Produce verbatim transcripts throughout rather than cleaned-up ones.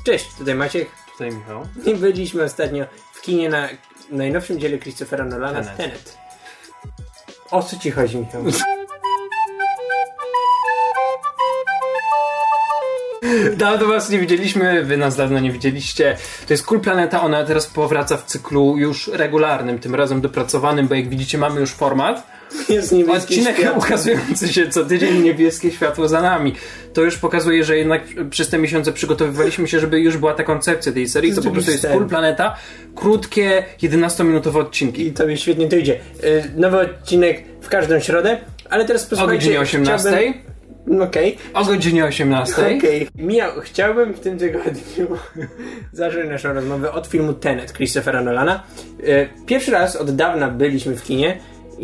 Cześć, tutaj Maciek. Tutaj Michał. I byliśmy ostatnio w kinie na najnowszym dziele Christophera Nolana, Tenet. Tenet. O co ci chodzi, Michał? Dawno was nie widzieliśmy, wy nas dawno nie widzieliście. To jest Cool Planeta, ona teraz powraca w cyklu już regularnym, tym razem dopracowanym, bo jak widzicie mamy już format. Jest niebieskie Odcinek światło. ukazujący się co tydzień, niebieskie światło za nami. To już pokazuje, że jednak przez te miesiące przygotowywaliśmy się, żeby już była ta koncepcja tej serii. To po prostu jest Cool Planeta. Krótkie, jedenastominutowe odcinki. I tobie świetnie to idzie. Yy, nowy odcinek w każdą środę, ale teraz posłuchajcie... O godzinie osiemnastej. Chciałbym... Okej. Okay. O godzinie osiemnastej. Okej. Okay. Mija, chciałbym w tym tygodniu zacząć naszą rozmowę od filmu Tenet Christophera Nolana. Yy, pierwszy raz od dawna byliśmy w kinie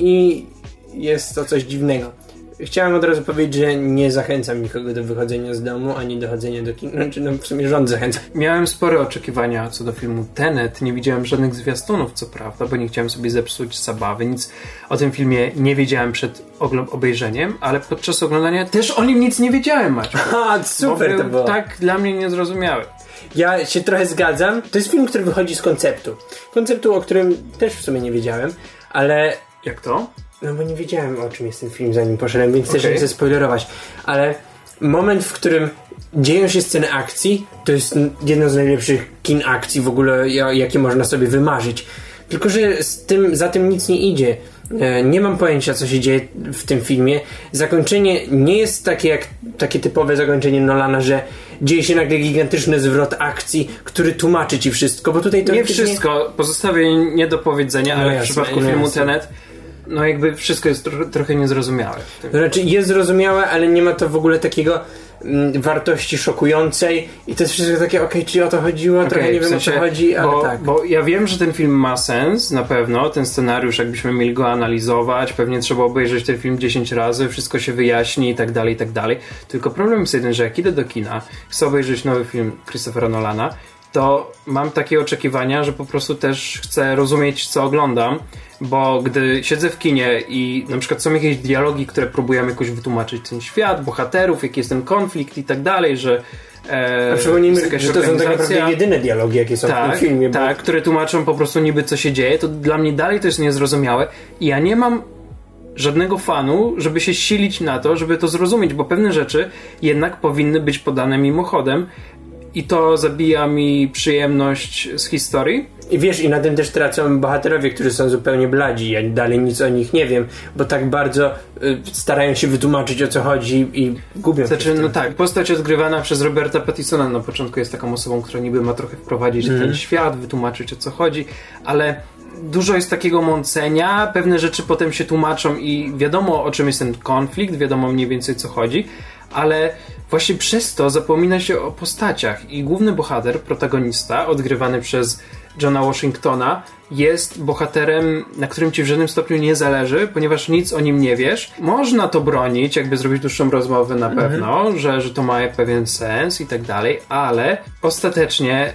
i jest to coś dziwnego. Chciałem od razu powiedzieć, że nie zachęcam nikogo do wychodzenia z domu, ani do chodzenia do kina. Znaczy, no w sumie rząd zachęca. Miałem spore oczekiwania co do filmu Tenet. Nie widziałem żadnych zwiastunów, co prawda, bo nie chciałem sobie zepsuć zabawy. Nic o tym filmie nie wiedziałem przed obejrzeniem, ale podczas oglądania też o nim nic nie wiedziałem, Maciu. Ha, super to było. Tak dla mnie niezrozumiały. Ja się trochę zgadzam. To jest film, który wychodzi z konceptu. Konceptu, o którym też w sumie nie wiedziałem, ale... Jak to? No bo nie wiedziałem, o czym jest ten film, zanim poszedłem, więc okay. też nie chcę spoilerować. Ale moment, w którym dzieją się sceny akcji, to jest jedno z najlepszych kin akcji w ogóle, jakie można sobie wymarzyć. Tylko że z tym, za tym nic nie idzie. Nie mam pojęcia, co się dzieje w tym filmie. Zakończenie nie jest takie jak takie typowe zakończenie Nolana, że dzieje się nagle gigantyczny zwrot akcji, który tłumaczy ci wszystko, bo tutaj to nie wszystko, pozostawię nie do powiedzenia, no ale jasne, w przypadku no filmu jasne. Tenet no jakby wszystko jest tro- trochę niezrozumiałe. To znaczy jest zrozumiałe, ale nie ma to w ogóle takiego mm, wartości szokującej i to jest wszystko takie, okej, okay, czy o to chodziło, okay, trochę nie wiem, sensie, o co chodzi, ale bo, tak. Bo ja wiem, że ten film ma sens, na pewno, ten scenariusz, jakbyśmy mieli go analizować, pewnie trzeba obejrzeć ten film dziesięć razy, wszystko się wyjaśni i tak dalej, i tak dalej. Tylko problem jest jeden, że jak idę do kina, chcę obejrzeć nowy film Christophera Nolana, to mam takie oczekiwania, że po prostu też chcę rozumieć, co oglądam, bo gdy siedzę w kinie i na przykład są jakieś dialogi, które próbujemy jakoś wytłumaczyć ten świat, bohaterów, jaki jest ten konflikt i tak dalej, że e, a przypomnijmy, że to są tak naprawdę jedyne dialogi, jakie są tak, w tym filmie. Bo... Tak, które tłumaczą po prostu niby, co się dzieje, to dla mnie dalej to jest niezrozumiałe i ja nie mam żadnego fanu, żeby się silić na to, żeby to zrozumieć, bo pewne rzeczy jednak powinny być podane mimochodem. I to zabija mi przyjemność z historii. I wiesz, i na tym też tracą bohaterowie, którzy są zupełnie bladzi. Ja dalej nic o nich nie wiem, bo tak bardzo y, starają się wytłumaczyć, o co chodzi i gubią znaczy, się. No tak, postać odgrywana przez Roberta Pattinsona na początku jest taką osobą, która niby ma trochę wprowadzić mm. ten świat, wytłumaczyć, o co chodzi, ale dużo jest takiego mącenia, pewne rzeczy potem się tłumaczą i wiadomo, o czym jest ten konflikt, wiadomo mniej więcej, co chodzi, ale właśnie przez to zapomina się o postaciach i główny bohater, protagonista, odgrywany przez Johna Washingtona, jest bohaterem, na którym ci w żadnym stopniu nie zależy, ponieważ nic o nim nie wiesz. Można to bronić, jakby zrobić dłuższą rozmowę na pewno, mm-hmm. że, że to ma pewien sens i tak dalej, ale ostatecznie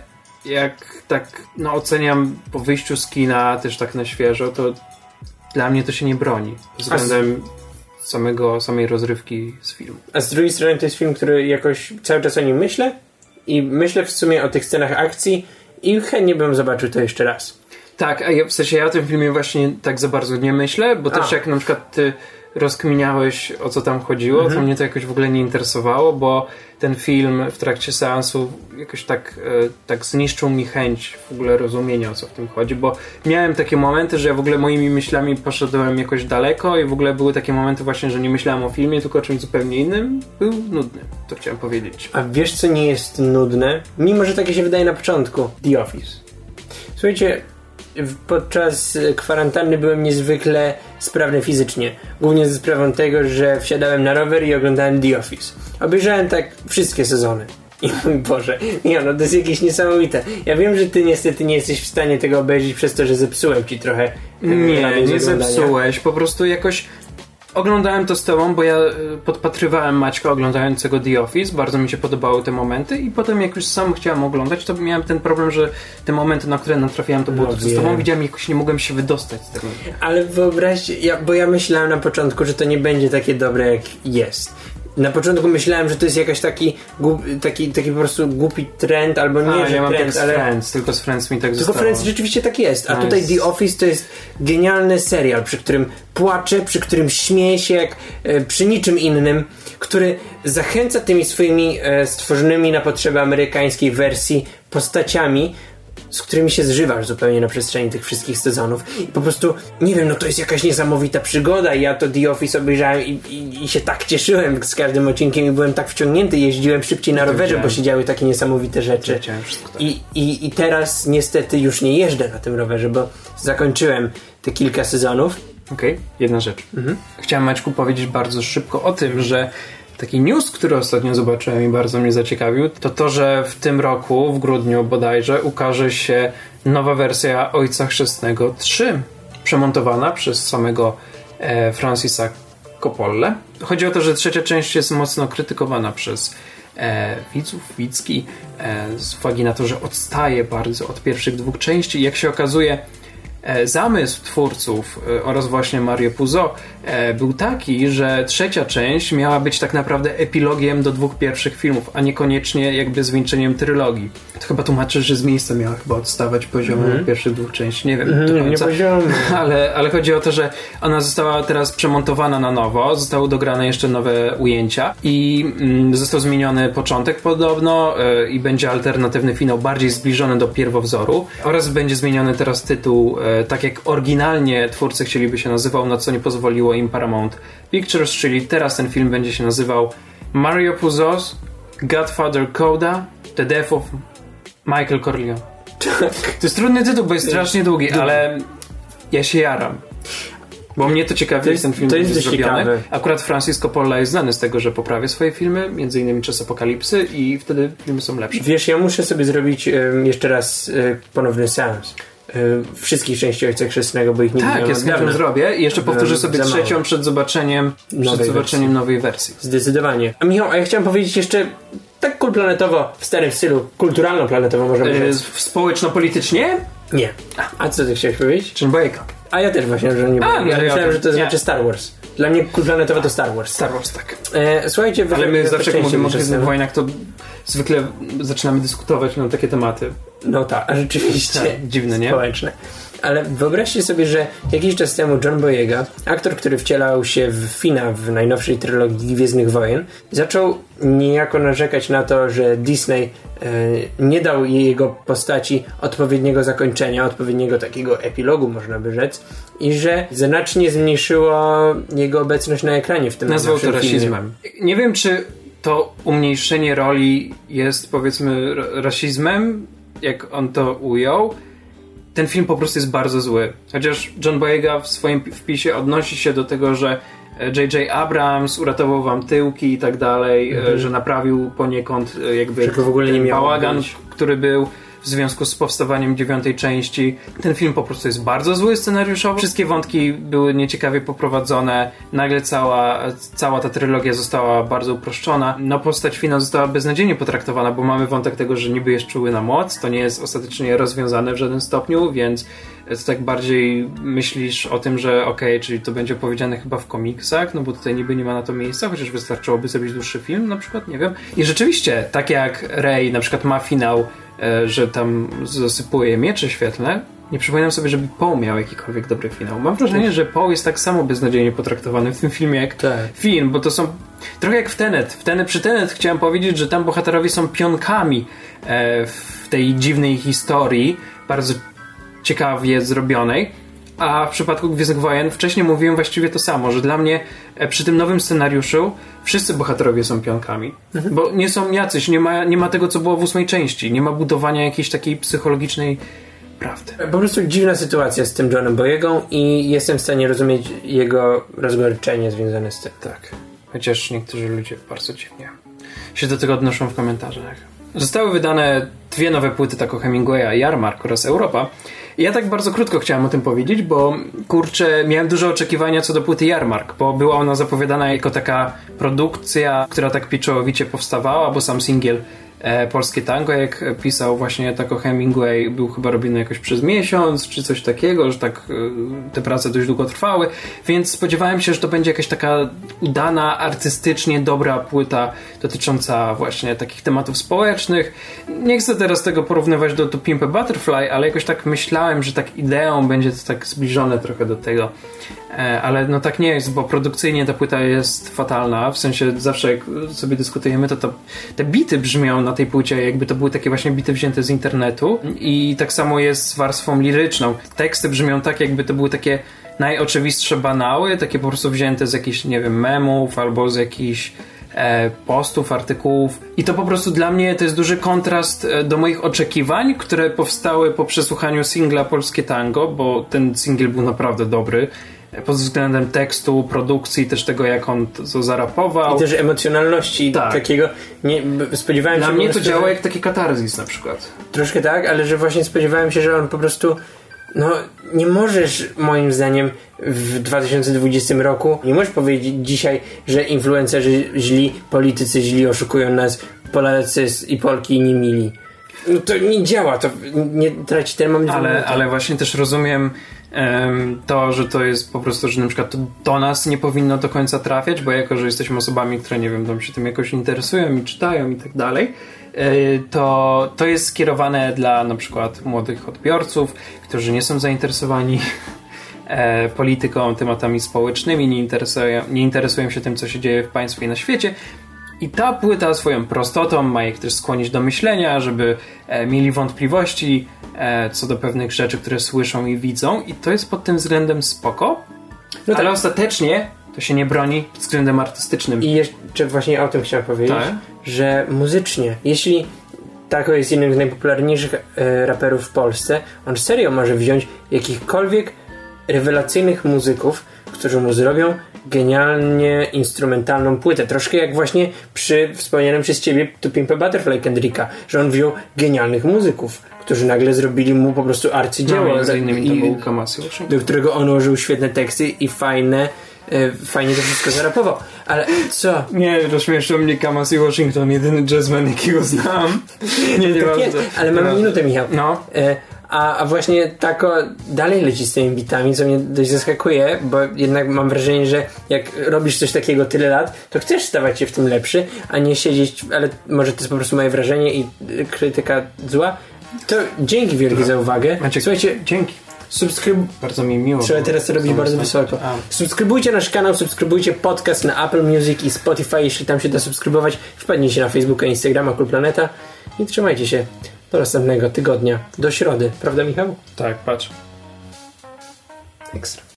jak tak no, oceniam po wyjściu z kina, też tak na świeżo, to dla mnie to się nie broni względem samego, samej rozrywki z filmu. A z drugiej strony to jest film, który jakoś cały czas o nim myślę i myślę w sumie o tych scenach akcji i chętnie bym zobaczył to jeszcze raz. Tak, a ja, w sensie ja o tym filmie właśnie tak za bardzo nie myślę, bo a. też jak na przykład ty rozkminiałeś, o co tam chodziło, mhm. to mnie to jakoś w ogóle nie interesowało, bo ten film w trakcie seansu jakoś tak, e, tak zniszczył mi chęć w ogóle rozumienia, o co w tym chodzi, bo miałem takie momenty, że ja w ogóle moimi myślami poszedłem jakoś daleko i w ogóle były takie momenty właśnie, że nie myślałem o filmie, tylko o czymś zupełnie innym. Był nudny, to chciałem powiedzieć. A wiesz, co nie jest nudne? Mimo, że takie się wydaje na początku. The Office. Słuchajcie, podczas kwarantanny byłem niezwykle sprawny fizycznie. Głównie ze sprawą tego, że wsiadałem na rower i oglądałem The Office. Obejrzałem tak wszystkie sezony. I mój Boże, nie, no to jest jakieś niesamowite. Ja wiem, że ty niestety nie jesteś w stanie tego obejrzeć przez to, że zepsułem ci trochę. Nie, nie zepsułeś. Po prostu jakoś oglądałem to z tobą, bo ja podpatrywałem Maćka oglądającego The Office, bardzo mi się podobały te momenty i potem jak już sam chciałem oglądać, to miałem ten problem, że te momenty, na które natrafiałem, to było no, to, co z tobą widziałem i jakoś nie mogłem się wydostać z tego. Ale wyobraźcie, ja, bo ja myślałem na początku, że to nie będzie takie dobre jak jest. na początku myślałem, że to jest jakaś taki, taki, taki po prostu głupi trend, albo nie, a, że ja mam trend, tak ale... Friends, tylko z Friends mi tak Tylko zostało. Friends rzeczywiście tak jest, a nice. Tutaj The Office to jest genialny serial, przy którym płaczę, przy którym śmieję się jak e, przy niczym innym, który zachęca tymi swoimi e, stworzonymi na potrzeby amerykańskiej wersji postaciami, z którymi się zżywasz zupełnie na przestrzeni tych wszystkich sezonów i po prostu, nie wiem, no to jest jakaś niesamowita przygoda i ja to The Office obejrzałem i, i, i się tak cieszyłem z każdym odcinkiem i byłem tak wciągnięty, jeździłem szybciej na rowerze, bo się działy takie niesamowite rzeczy. I, i, I teraz niestety już nie jeżdżę na tym rowerze, bo zakończyłem te kilka sezonów. Okej, okay. Jedna rzecz. Mhm. Chciałem, Maćku, powiedzieć bardzo szybko o tym, że taki news, który ostatnio zobaczyłem i bardzo mnie zaciekawił, to to, że w tym roku, w grudniu bodajże, ukaże się nowa wersja Ojca Chrzestnego trzy, przemontowana przez samego e, Francisa Coppolę. Chodzi o to, że trzecia część jest mocno krytykowana przez e, widzów, widzki, e, z uwagi na to, że odstaje bardzo od pierwszych dwóch części. Jak się okazuje, zamysł twórców oraz właśnie Mario Puzo był taki, że trzecia część miała być tak naprawdę epilogiem do dwóch pierwszych filmów, a niekoniecznie jakby zwieńczeniem trylogii. To chyba tłumaczy, że z miejsca miała chyba odstawać poziomem mm. pierwszych dwóch części. Nie wiem mm, do końca. Nie poziom. ale, ale chodzi o to, że ona została teraz przemontowana na nowo, zostały dograne jeszcze nowe ujęcia i mm, został zmieniony początek podobno yy, i będzie alternatywny finał bardziej zbliżony do pierwowzoru oraz będzie zmieniony teraz tytuł yy, tak jak oryginalnie twórcy chcieliby się nazywał, na co nie pozwoliło im Paramount Pictures, czyli teraz ten film będzie się nazywał Mario Puzo's Godfather Coda The Death of Michael Corleone. To jest trudny tytuł, bo jest strasznie długi, ale ja się jaram. Bo mnie to ciekawi, to jest, ten film to będzie jest zrobiony. ciekawe. Akurat Francis Coppola jest znany z tego, że poprawia swoje filmy, między innymi Czas Apokalipsy i wtedy filmy są lepsze. Wiesz, ja muszę sobie zrobić um, jeszcze raz um, ponowny seans wszystkich części Ojca Chrzestnego, bo ich nie widziałem. Tak, ja z chęcią zrobię i jeszcze powtórzę sobie trzecią przed zobaczeniem nowej przed zobaczeniem wersji. nowej wersji. Zdecydowanie. A Michał, a ja chciałem powiedzieć jeszcze tak kulplanetowo, w starym stylu, kulturalno-planetowo może yy, społeczno-politycznie? Nie. A co ty chciałeś powiedzieć? John Boyega. A ja też właśnie, że nie A, ja no, myślałem, ja że to znaczy nie. Star Wars. Dla mnie kultplanotowo to Star Wars. Star Wars, tak. E, słuchajcie, ale my zawsze jak mówimy o Gwiezdnych Wojnach, to zwykle zaczynamy dyskutować na takie tematy. No tak, a rzeczywiście. Tak, dziwne, nie? Społeczne. Ale wyobraźcie sobie, że jakiś czas temu John Boyega, aktor, który wcielał się w Fina w najnowszej trylogii Gwiezdnych Wojen, zaczął niejako narzekać na to, że Disney e, nie dał jego postaci odpowiedniego zakończenia, odpowiedniego takiego epilogu, można by rzec, i że znacznie zmniejszyło jego obecność na ekranie w tym Nazwał to rasizmem. Filmie. Nie wiem, czy to umniejszenie roli jest, powiedzmy, rasizmem, jak on to ujął. Ten film po prostu jest bardzo zły. Chociaż John Boyega w swoim wpisie odnosi się do tego, że J J Abrams uratował wam tyłki i tak dalej, mm-hmm. że naprawił poniekąd jakby w ogóle nie miał bałagan, być. który był w związku z powstawaniem dziewiątej części. Ten film po prostu jest bardzo zły scenariuszowo. Wszystkie wątki były nieciekawie poprowadzone. Nagle cała, cała ta trylogia została bardzo uproszczona. No postać Fina została beznadziejnie potraktowana, bo mamy wątek tego, że niby jest czuły na moc. To nie jest ostatecznie rozwiązane w żadnym stopniu, więc to tak bardziej myślisz o tym, że okej, okay, czyli to będzie opowiedziane chyba w komiksach, no bo tutaj niby nie ma na to miejsca, chociaż wystarczyłoby zrobić dłuższy film na przykład, nie wiem. I rzeczywiście, tak jak Rey na przykład ma finał, że tam zasypuje miecze świetlne, nie przypominam sobie, żeby Poe miał jakikolwiek dobry finał. Mam wrażenie, że Poe jest tak samo beznadziejnie potraktowany w tym filmie jak tak. film, bo to są trochę jak w Tenet. W Tenet. Przy Tenet chciałem powiedzieć, że tam bohaterowie są pionkami w tej dziwnej historii, bardzo ciekawie zrobionej, a w przypadku Gwiezdnych Wojen wcześniej mówiłem właściwie to samo, że dla mnie przy tym nowym scenariuszu wszyscy bohaterowie są pionkami, mhm. bo nie są jacyś, nie ma, nie ma tego, co było w ósmej części, nie ma budowania jakiejś takiej psychologicznej prawdy. Po prostu dziwna sytuacja z tym Johnem Boyegą i jestem w stanie rozumieć jego rozgoryczenie związane z tym. Tak, chociaż niektórzy ludzie bardzo dziwnie się do tego odnoszą w komentarzach. Zostały wydane dwie nowe płyty tako Hemingwaya, Jarmark oraz Europa. I ja tak bardzo krótko chciałem o tym powiedzieć, bo kurczę, miałem duże oczekiwania co do płyty Jarmark, bo była ona zapowiadana jako taka produkcja, która tak pieczołowicie powstawała, bo sam singiel e, polskie tango, jak pisał właśnie tak o Hemingway, był chyba robiony jakoś przez miesiąc, czy coś takiego, że tak e, te prace dość długo trwały, więc spodziewałem się, że to będzie jakaś taka udana, artystycznie dobra płyta dotycząca właśnie takich tematów społecznych. Nie chcę teraz tego porównywać do To Pimp a Butterfly, ale jakoś tak myślałem, że tak ideą będzie to tak zbliżone trochę do tego. E, ale no tak nie jest, bo produkcyjnie ta płyta jest fatalna, w sensie zawsze jak sobie dyskutujemy, to, to te bity brzmią na tej płycie, jakby to były takie właśnie bity wzięte z internetu i tak samo jest z warstwą liryczną. Teksty brzmią tak, jakby to były takie najoczywistsze banały, takie po prostu wzięte z jakichś, nie wiem, memów albo z jakichś e, postów, artykułów i to po prostu dla mnie to jest duży kontrast do moich oczekiwań, które powstały po przesłuchaniu singla Polskie Tango, bo ten singiel był naprawdę dobry pod względem tekstu, produkcji, też tego, jak on to zarapował. I też emocjonalności tak. Takiego. Nie, spodziewałem Dla się... Dla mnie to działa jak taki katarzis na przykład. Troszkę tak, ale że właśnie spodziewałem się, że on po prostu no, nie możesz moim zdaniem w dwa tysiące dwudziestym roku nie możesz powiedzieć dzisiaj, że influencerzy źli, politycy źli oszukują nas, Polacy i Polki nie mili. No to nie działa, to nie traci ten moment. Ale, ale właśnie też rozumiem um, to, że to jest po prostu, że na przykład to do nas nie powinno do końca trafiać, bo jako, że jesteśmy osobami, które nie wiem, tam się tym jakoś interesują i czytają i tak dalej, to, to jest skierowane dla na przykład młodych odbiorców, którzy nie są zainteresowani e, polityką, tematami społecznymi, nie interesują, nie interesują się tym, co się dzieje w państwie i na świecie. I ta płyta swoją prostotą ma ich też skłonić do myślenia, żeby e, mieli wątpliwości e, co do pewnych rzeczy, które słyszą i widzą, i to jest pod tym względem spoko, no ale tak. Ostatecznie to się nie broni pod względem artystycznym. I jeszcze właśnie o tym chciałem powiedzieć, tak? Że muzycznie, jeśli Tako jest jednym z najpopularniejszych e, raperów w Polsce, on serio może wziąć jakichkolwiek rewelacyjnych muzyków, którzy mu zrobią genialnie instrumentalną płytę. Troszkę jak właśnie przy wspomnianym przez ciebie To Pimp a Butterfly Kendricka, że on wziął genialnych muzyków, którzy nagle zrobili mu po prostu arcydzieło. No, między innymi to był Kamasi Washington, do którego on ułożył świetne teksty i fajne e, fajnie to wszystko zarapował. Ale co? Nie, rozśmieszył mnie Kamasi Washington, jedyny jazzman, jakiego znam. Nie, nie tak jest, ale mamy no. minutę, Michał. No. E, A, a właśnie Tako dalej leci z tymi bitami, co mnie dość zaskakuje, bo jednak mam wrażenie, że jak robisz coś takiego tyle lat, to chcesz stawać się w tym lepszy, a nie siedzieć, ale może to jest po prostu moje wrażenie i krytyka zła. To dzięki wielkie no. za uwagę. Maciek, słuchajcie, dzięki. Subskryb... Bardzo mi miło. Trzeba teraz to robić bardzo wysoko. A. Subskrybujcie nasz kanał, subskrybujcie podcast na Apple Music i Spotify, jeśli tam się da subskrybować. Wpadnijcie na Facebooka, Instagrama, Klub Planeta i trzymajcie się. Do następnego tygodnia, do środy. Prawda, Michał? Tak, patrz. Ekstra.